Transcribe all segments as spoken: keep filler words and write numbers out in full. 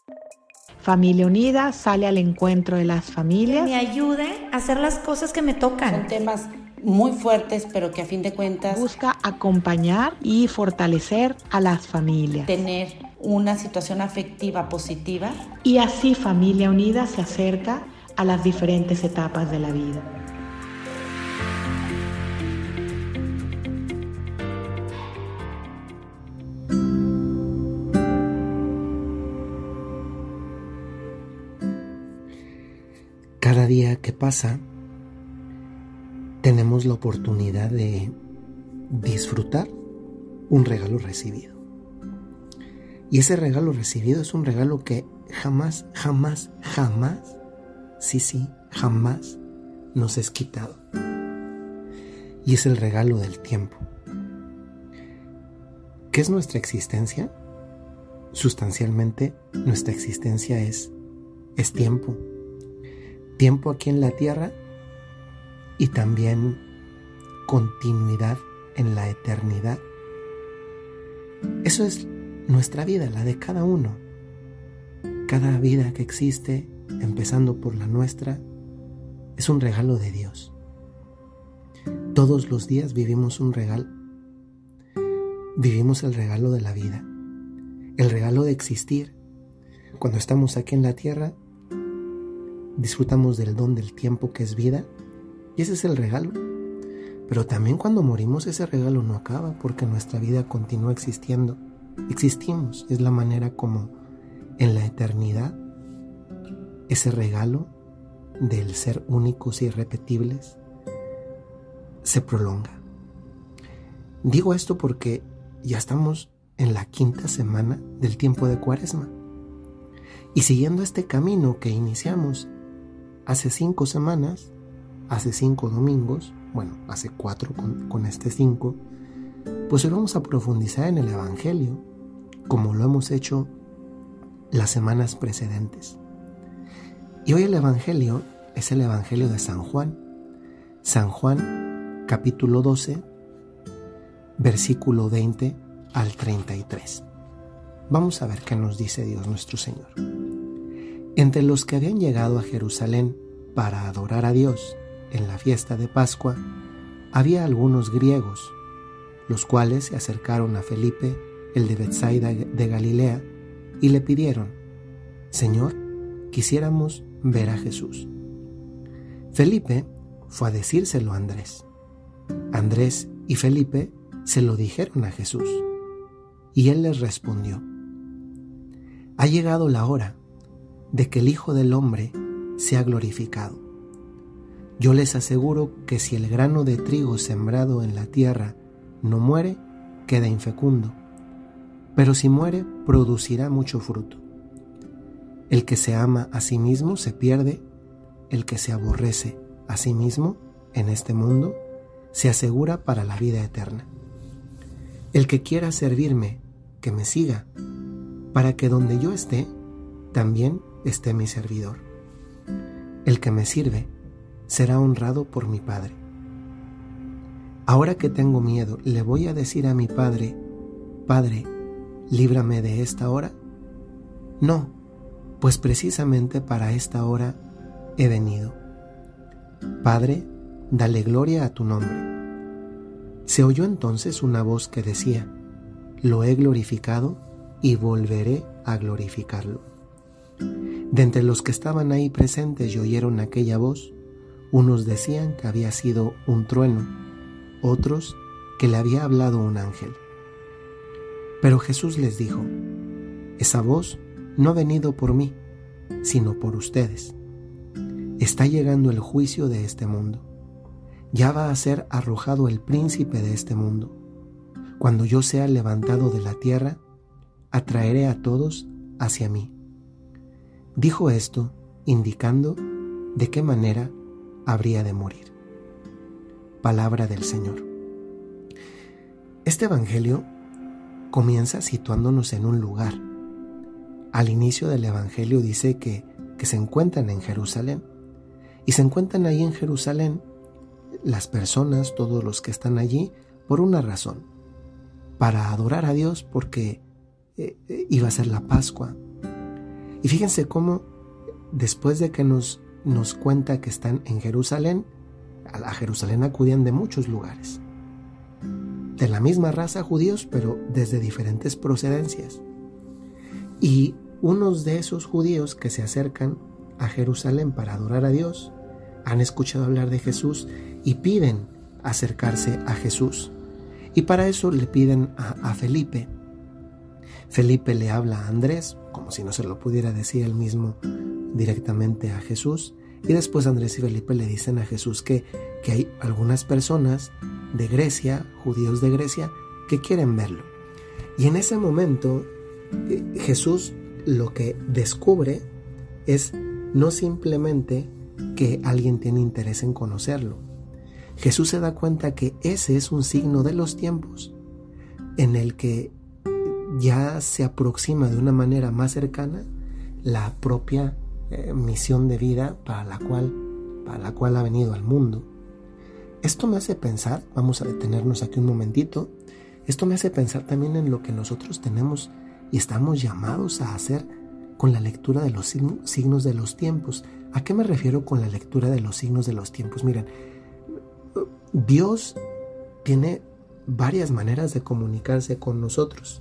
Familia Unida sale al encuentro de las familias. Que me ayude a hacer las cosas que me tocan. Son temas muy fuertes, pero que a fin de cuentas busca acompañar y fortalecer a las familias. Tener una situación afectiva positiva. Y así Familia Unida se acerca a las diferentes etapas de la vida. Cada día que pasa, tenemos la oportunidad de disfrutar un regalo recibido. Y ese regalo recibido es un regalo que jamás, jamás, jamás, sí, sí, jamás nos es quitado. Y es el regalo del tiempo. ¿Qué es nuestra existencia? Sustancialmente, nuestra existencia es, es tiempo. Tiempo aquí en la tierra y también continuidad en la eternidad. Eso es nuestra vida, la de cada uno. Cada vida que existe, empezando por la nuestra, es un regalo de Dios. Todos los días vivimos un regalo. Vivimos el regalo de la vida, el regalo de existir. Cuando estamos aquí en la tierra, disfrutamos del don del tiempo que es vida, y ese es el regalo. Pero también cuando morimos ese regalo no acaba, porque nuestra vida continúa existiendo. Existimos, es la manera como en la eternidad ese regalo del ser únicos e irrepetibles se prolonga. Digo esto porque ya estamos en la quinta semana del tiempo de Cuaresma, y siguiendo este camino que iniciamos hace cinco semanas, hace cinco domingos, bueno, hace cuatro con, con este cinco, pues hoy vamos a profundizar en el Evangelio, como lo hemos hecho las semanas precedentes. Y hoy el Evangelio es el Evangelio de San Juan. San Juan, capítulo doce, versículo veinte al treinta y tres. Vamos a ver qué nos dice Dios nuestro Señor. Entre los que habían llegado a Jerusalén para adorar a Dios en la fiesta de Pascua, había algunos griegos, los cuales se acercaron a Felipe, el de Betsaida de Galilea, y le pidieron: Señor, quisiéramos ver a Jesús. Felipe fue a decírselo a Andrés. Andrés y Felipe se lo dijeron a Jesús, y él les respondió: Ha llegado la hora de que el Hijo del Hombre sea glorificado. Yo les aseguro que si el grano de trigo sembrado en la tierra no muere, queda infecundo, pero si muere, producirá mucho fruto. El que se ama a sí mismo se pierde, el que se aborrece a sí mismo en este mundo se asegura para la vida eterna. El que quiera servirme, que me siga, para que donde yo esté, también esté mi servidor. El que me sirve será honrado por mi Padre. Ahora que tengo miedo, ¿le voy a decir a mi Padre: Padre, líbrame de esta hora? No, pues precisamente para esta hora he venido. Padre, dale gloria a tu nombre. Se oyó entonces una voz que decía: Lo he glorificado y volveré a glorificarlo. De entre los que estaban ahí presentes y oyeron aquella voz, unos decían que había sido un trueno, otros que le había hablado un ángel. Pero Jesús les dijo: Esa voz no ha venido por mí, sino por ustedes. Está llegando el juicio de este mundo. Ya va a ser arrojado el príncipe de este mundo. Cuando yo sea levantado de la tierra, atraeré a todos hacia mí. Dijo esto indicando de qué manera habría de morir. Palabra del Señor. Este Evangelio comienza situándonos en un lugar. Al inicio del Evangelio dice que, que se encuentran en Jerusalén. Y se encuentran ahí en Jerusalén las personas, todos los que están allí, por una razón: para adorar a Dios, porque eh, iba a ser la Pascua. Y fíjense cómo después de que nos, nos cuenta que están en Jerusalén, a Jerusalén acudían de muchos lugares, de la misma raza judíos, pero desde diferentes procedencias. Y unos de esos judíos que se acercan a Jerusalén para adorar a Dios, han escuchado hablar de Jesús y piden acercarse a Jesús. Y para eso le piden a, a Felipe. Felipe le habla a Andrés, como si no se lo pudiera decir él mismo directamente a Jesús. Y después Andrés y Felipe le dicen a Jesús que, que hay algunas personas de Grecia, judíos de Grecia, que quieren verlo. Y en ese momento eh, Jesús lo que descubre es no simplemente que alguien tiene interés en conocerlo. Jesús se da cuenta que ese es un signo de los tiempos en el que ya se aproxima de una manera más cercana la propia eh, misión de vida para la cual, para la cual ha venido al mundo. Esto me hace pensar, vamos a detenernos aquí un momentito, esto me hace pensar también en lo que nosotros tenemos y estamos llamados a hacer con la lectura de los signos de los tiempos. ¿A qué me refiero con la lectura de los signos de los tiempos? Miren, Dios tiene varias maneras de comunicarse con nosotros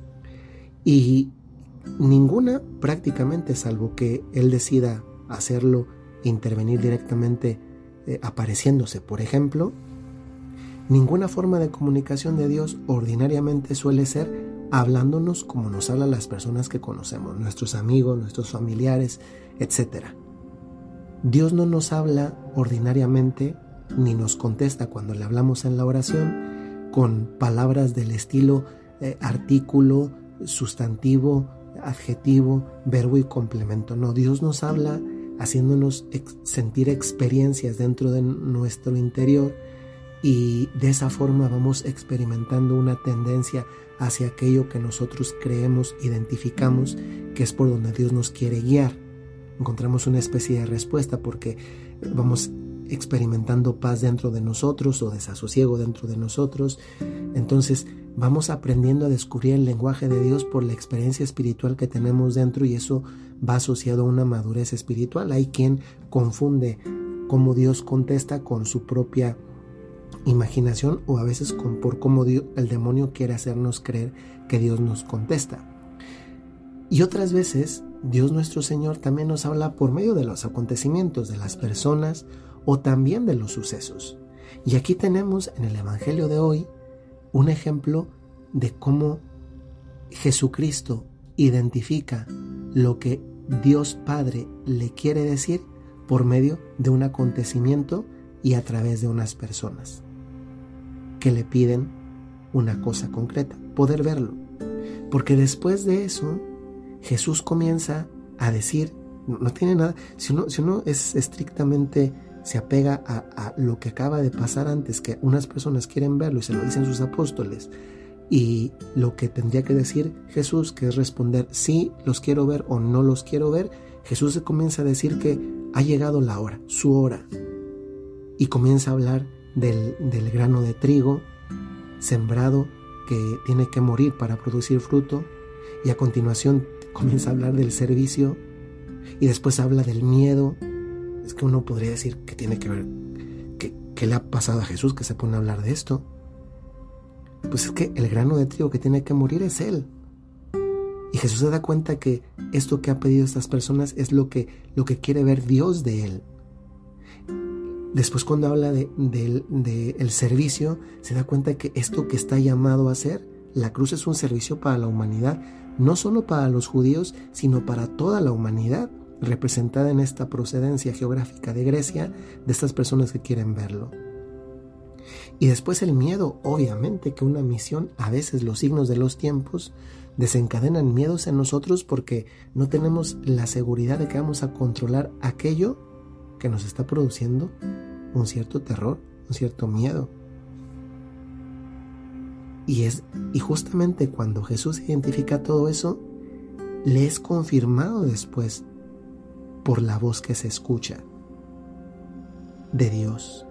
y ninguna prácticamente, salvo que Él decida hacerlo e intervenir directamente eh, apareciéndose, por ejemplo, ninguna forma de comunicación de Dios ordinariamente suele ser hablándonos como nos hablan las personas que conocemos, nuestros amigos, nuestros familiares, etcétera. Dios no nos habla ordinariamente ni nos contesta cuando le hablamos en la oración con palabras del estilo eh, artículo, sustantivo, adjetivo, verbo y complemento. No, Dios nos habla haciéndonos ex- sentir experiencias dentro de nuestro interior y de esa forma vamos experimentando una tendencia hacia aquello que nosotros creemos, identificamos, que es por donde Dios nos quiere guiar. Encontramos una especie de respuesta porque vamos experimentando paz dentro de nosotros o desasosiego dentro de nosotros. Entonces vamos aprendiendo a descubrir el lenguaje de Dios por la experiencia espiritual que tenemos dentro y eso va asociado a una madurez espiritual. Hay quien confunde cómo Dios contesta con su propia imaginación o a veces con por cómo Dios, el demonio quiere hacernos creer que Dios nos contesta. Y otras veces Dios nuestro Señor también nos habla por medio de los acontecimientos, de las personas o también de los sucesos. Y aquí tenemos en el Evangelio de hoy un ejemplo de cómo Jesucristo identifica lo que Dios Padre le quiere decir por medio de un acontecimiento y a través de unas personas que le piden una cosa concreta, poder verlo. Porque después de eso, Jesús comienza a decir, no, no tiene nada, si uno, si uno es estrictamente, se apega a, a lo que acaba de pasar antes, que unas personas quieren verlo y se lo dicen sus apóstoles, y lo que tendría que decir Jesús, que es responder, sí, los quiero ver o no los quiero ver, Jesús se comienza a decir que ha llegado la hora, su hora, y comienza a hablar del, del grano de trigo sembrado que tiene que morir para producir fruto, y a continuación comienza a hablar del servicio y después habla del miedo. Es que uno podría decir que tiene que ver, que, ¿qué le ha pasado a Jesús que se pone a hablar de esto? Pues es que el grano de trigo que tiene que morir es Él. Y Jesús se da cuenta que esto que ha pedido estas personas es lo que, lo que quiere ver Dios de Él. Después cuando habla de, de, de el servicio, se da cuenta que esto que está llamado a hacer, la cruz es un servicio para la humanidad, no solo para los judíos, sino para toda la humanidad, representada en esta procedencia geográfica de Grecia, de estas personas que quieren verlo. Y después el miedo, obviamente que una misión, a veces los signos de los tiempos desencadenan miedos en nosotros porque no tenemos la seguridad de que vamos a controlar aquello que nos está produciendo un cierto terror, un cierto miedo. Y, es, y justamente cuando Jesús identifica todo eso, le es confirmado después por la voz que se escucha de Dios.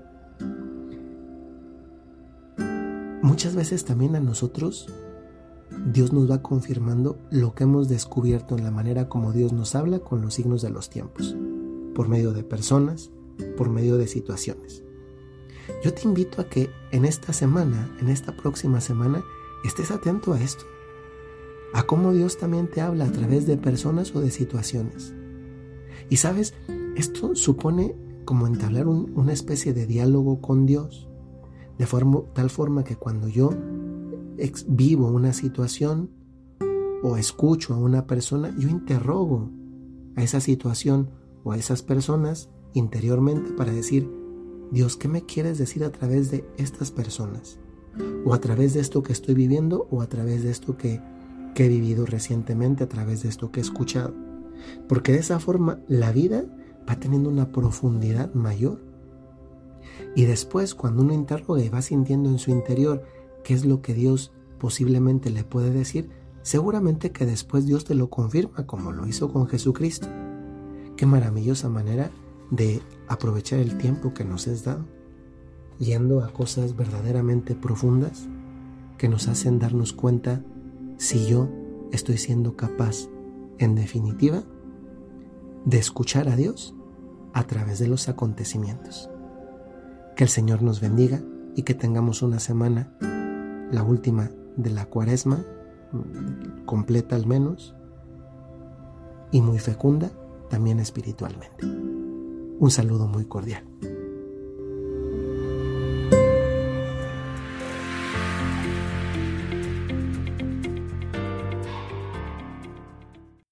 Muchas veces también a nosotros Dios nos va confirmando lo que hemos descubierto en la manera como Dios nos habla con los signos de los tiempos, por medio de personas, por medio de situaciones. Yo te invito a que en esta semana, en esta próxima semana, estés atento a esto, a cómo Dios también te habla a través de personas o de situaciones. Y sabes, esto supone como entablar un, una especie de diálogo con Dios, de forma, tal forma que cuando yo ex, vivo una situación o escucho a una persona, yo interrogo a esa situación o a esas personas interiormente para decir: Dios, ¿qué me quieres decir a través de estas personas? O a través de esto que estoy viviendo, o a través de esto que, que he vivido recientemente, a través de esto que he escuchado. Porque de esa forma la vida va teniendo una profundidad mayor. Y después, cuando uno interroga y va sintiendo en su interior qué es lo que Dios posiblemente le puede decir, seguramente que después Dios te lo confirma, como lo hizo con Jesucristo. Qué maravillosa manera de aprovechar el tiempo que nos es dado, yendo a cosas verdaderamente profundas que nos hacen darnos cuenta si yo estoy siendo capaz, en definitiva, de escuchar a Dios a través de los acontecimientos. Que el Señor nos bendiga y que tengamos una semana, la última de la Cuaresma, completa al menos, y muy fecunda también espiritualmente. Un saludo muy cordial.